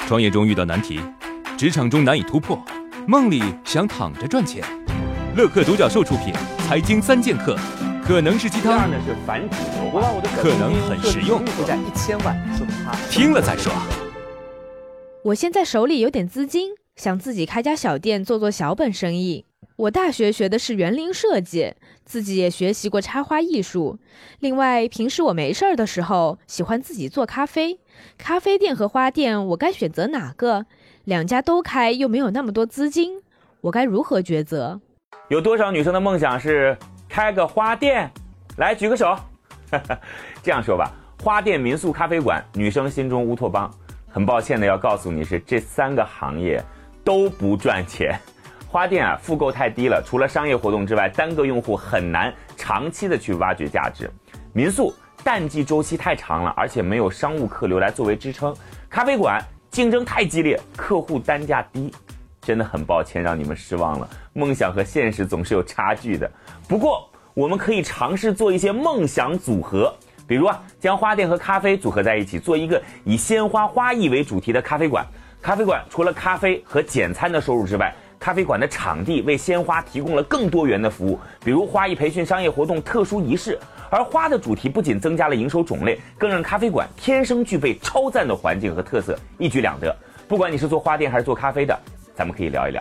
创业中遇到难题，职场中难以突破，梦里想躺着赚钱。乐客独角兽出品，财经3剑客，可能是鸡汤， 是反主流化，可能很实用， 负债1000万，说他听了再说。 我现在手里有点资金，想自己开家小店，做做小本生意。我大学学的是园林设计，自己也学习过插花艺术。另外，平时我没事儿的时候，喜欢自己做咖啡。咖啡店和花店，我该选择哪个？2家都开，又没有那么多资金，我该如何抉择？ 有多少女生的梦想是开个花店？来举个手。这样说吧，花店、民宿、咖啡馆，女生心中乌托邦。很抱歉的要告诉你是，这3个行业都不赚钱。花店复购太低了，除了商业活动之外，单个用户很难长期的去挖掘价值。民宿淡季周期太长了，而且没有商务客流来作为支撑。咖啡馆竞争太激烈，客户单价低。真的很抱歉让你们失望了，梦想和现实总是有差距的。不过我们可以尝试做一些梦想组合，比如将花店和咖啡组合在一起，做一个以鲜花花艺为主题的咖啡馆。咖啡馆除了咖啡和简餐的收入之外，咖啡馆的场地为鲜花提供了更多元的服务，比如花艺培训、商业活动、特殊仪式。而花的主题不仅增加了营收种类，更让咖啡馆天生具备超赞的环境和特色，一举两得。不管你是做花店还是做咖啡的，咱们可以聊一聊。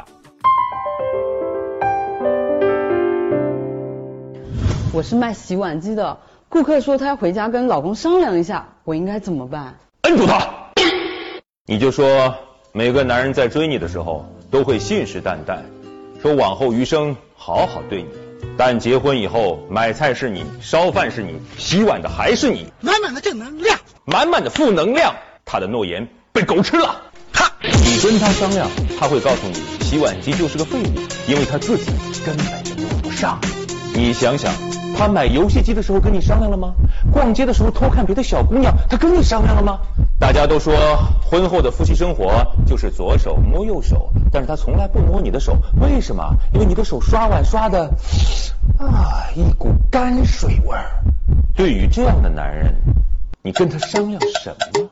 我是卖洗碗机的，顾客说他要回家跟老公商量一下，我应该怎么办？ 摁住他！你就说每个男人在追你的时候都会信誓旦旦说往后余生好好对你，但结婚以后买菜是你，烧饭是你，洗碗的还是你， 满满的正能量， 满满的负能量，他的诺言被狗吃了。你跟他商量，他会告诉你洗碗机就是个废物，因为他自己根本就用不上。你想想，他买游戏机的时候跟你商量了吗？逛街的时候偷看别的小姑娘，他跟你商量了吗？大家都说婚后的夫妻生活就是左手摸右手，但是他从来不摸你的手，为什么？因为你的手刷碗刷的一股泔水味儿。对于这样的男人，你跟他商量什么？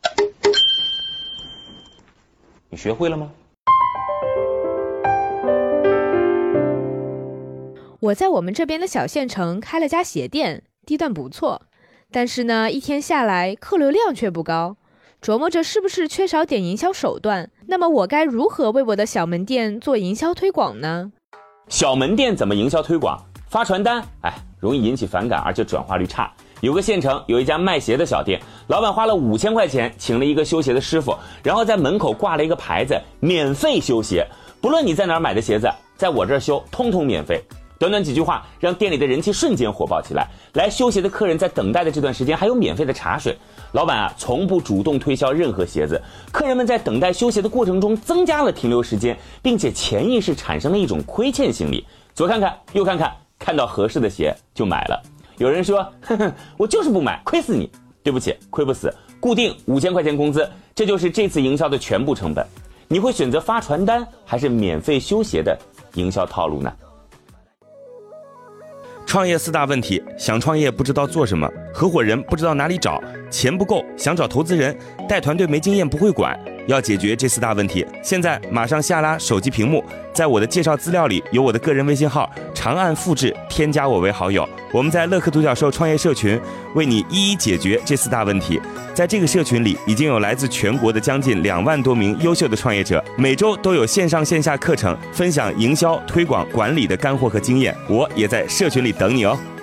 你学会了吗？ 我在我们这边的小县城开了家鞋店，地段不错，但是呢，一天下来客流量却不高，琢磨着是不是缺少点营销手段。那么我该如何为我的小门店做营销推广呢？ 小门店怎么营销推广？发传单，容易引起反感，而且转化率差。有个县城有一家卖鞋的小店，老板花了5000块钱请了一个修鞋的师傅，然后在门口挂了一个牌子，免费修鞋，不论你在哪儿买的鞋子，在我这儿修通通免费。短短几句话让店里的人气瞬间火爆起来，来修鞋的客人在等待的这段时间还有免费的茶水。老板从不主动推销任何鞋子，客人们在等待修鞋的过程中增加了停留时间，并且潜意识产生了一种亏欠心理，左看看右看看，看到合适的鞋就买了。有人说我就是不买，亏死你。对不起，亏不死，固定5000块钱工资，这就是这次营销的全部成本。你会选择发传单还是免费修鞋的营销套路呢？ 创业4大问题：想创业不知道做什么，合伙人不知道哪里找，钱不够想找投资人，带团队没经验不会管。要解决这4大问题，现在马上下拉手机屏幕，在我的介绍资料里有我的个人微信号，长按复制添加我为好友。我们在乐客独角兽创业社群为你一一解决这4大问题。在这个社群里已经有来自全国的将近2万多名优秀的创业者，每周都有线上线下课程分享营销推广管理的干货和经验，我也在社群里等你哦。